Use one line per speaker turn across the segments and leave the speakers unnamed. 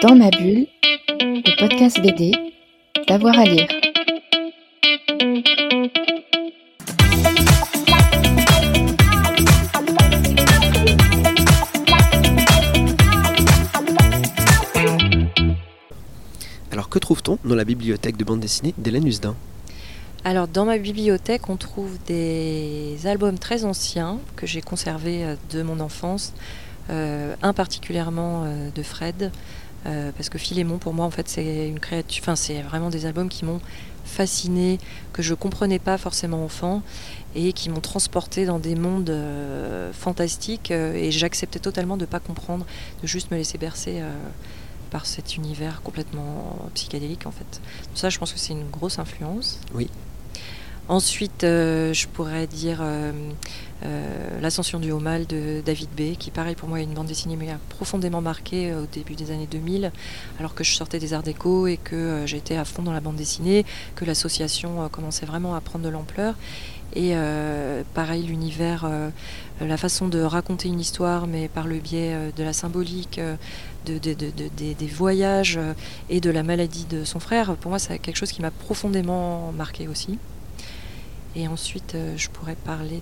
Dans ma bulle, le podcast BD, d'avoir à lire.
Alors que trouve-t-on dans la bibliothèque de bande dessinée d'Hélène Husdin ?
Alors dans ma bibliothèque, on trouve des albums très anciens que j'ai conservés de mon enfance, un particulièrement de Fred, parce que Philémon pour moi en fait c'est une créature, c'est vraiment des albums qui m'ont fascinée, que je comprenais pas forcément enfant et qui m'ont transportée dans des mondes fantastiques et j'acceptais totalement de pas comprendre, de juste me laisser bercer par cet univers complètement psychédélique en fait. Donc ça je pense que c'est une grosse influence.
Oui.
Ensuite, je pourrais dire L'Ascension du haut mal de David B, qui pareil pour moi est une bande dessinée mais a profondément marqué au début des années 2000, alors que je sortais des arts déco et que j'étais à fond dans la bande dessinée, que l'association commençait vraiment à prendre de l'ampleur. Et pareil, l'univers, la façon de raconter une histoire, mais par le biais de la symbolique, des voyages et de la maladie de son frère, pour moi c'est quelque chose qui m'a profondément marqué aussi. Et ensuite, je pourrais parler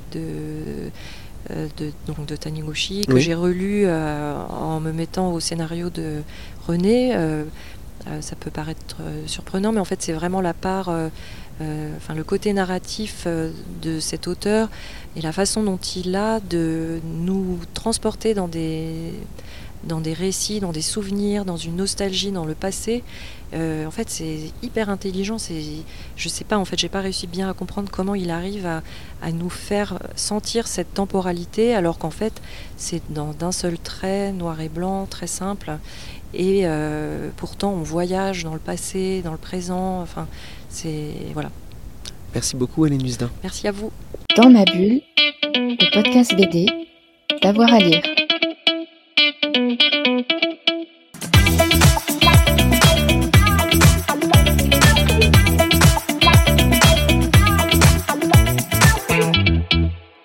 de Taniguchi, que j'ai relu en me mettant au scénario de René. Ça peut paraître surprenant, mais en fait, c'est vraiment la part, le côté narratif de cet auteur et la façon dont il a de nous transporter dans des récits, dans des souvenirs, dans une nostalgie, dans le passé. En fait, c'est hyper intelligent. Je sais pas, en fait, j'ai pas réussi bien à comprendre comment il arrive à nous faire sentir cette temporalité, alors qu'en fait, c'est d'un seul trait, noir et blanc, très simple. Et pourtant, on voyage dans le passé, dans le présent. Enfin, voilà.
Merci beaucoup, Hélène Husdin.
Merci à vous.
Dans ma bulle, le podcast BD, d'avoir à lire.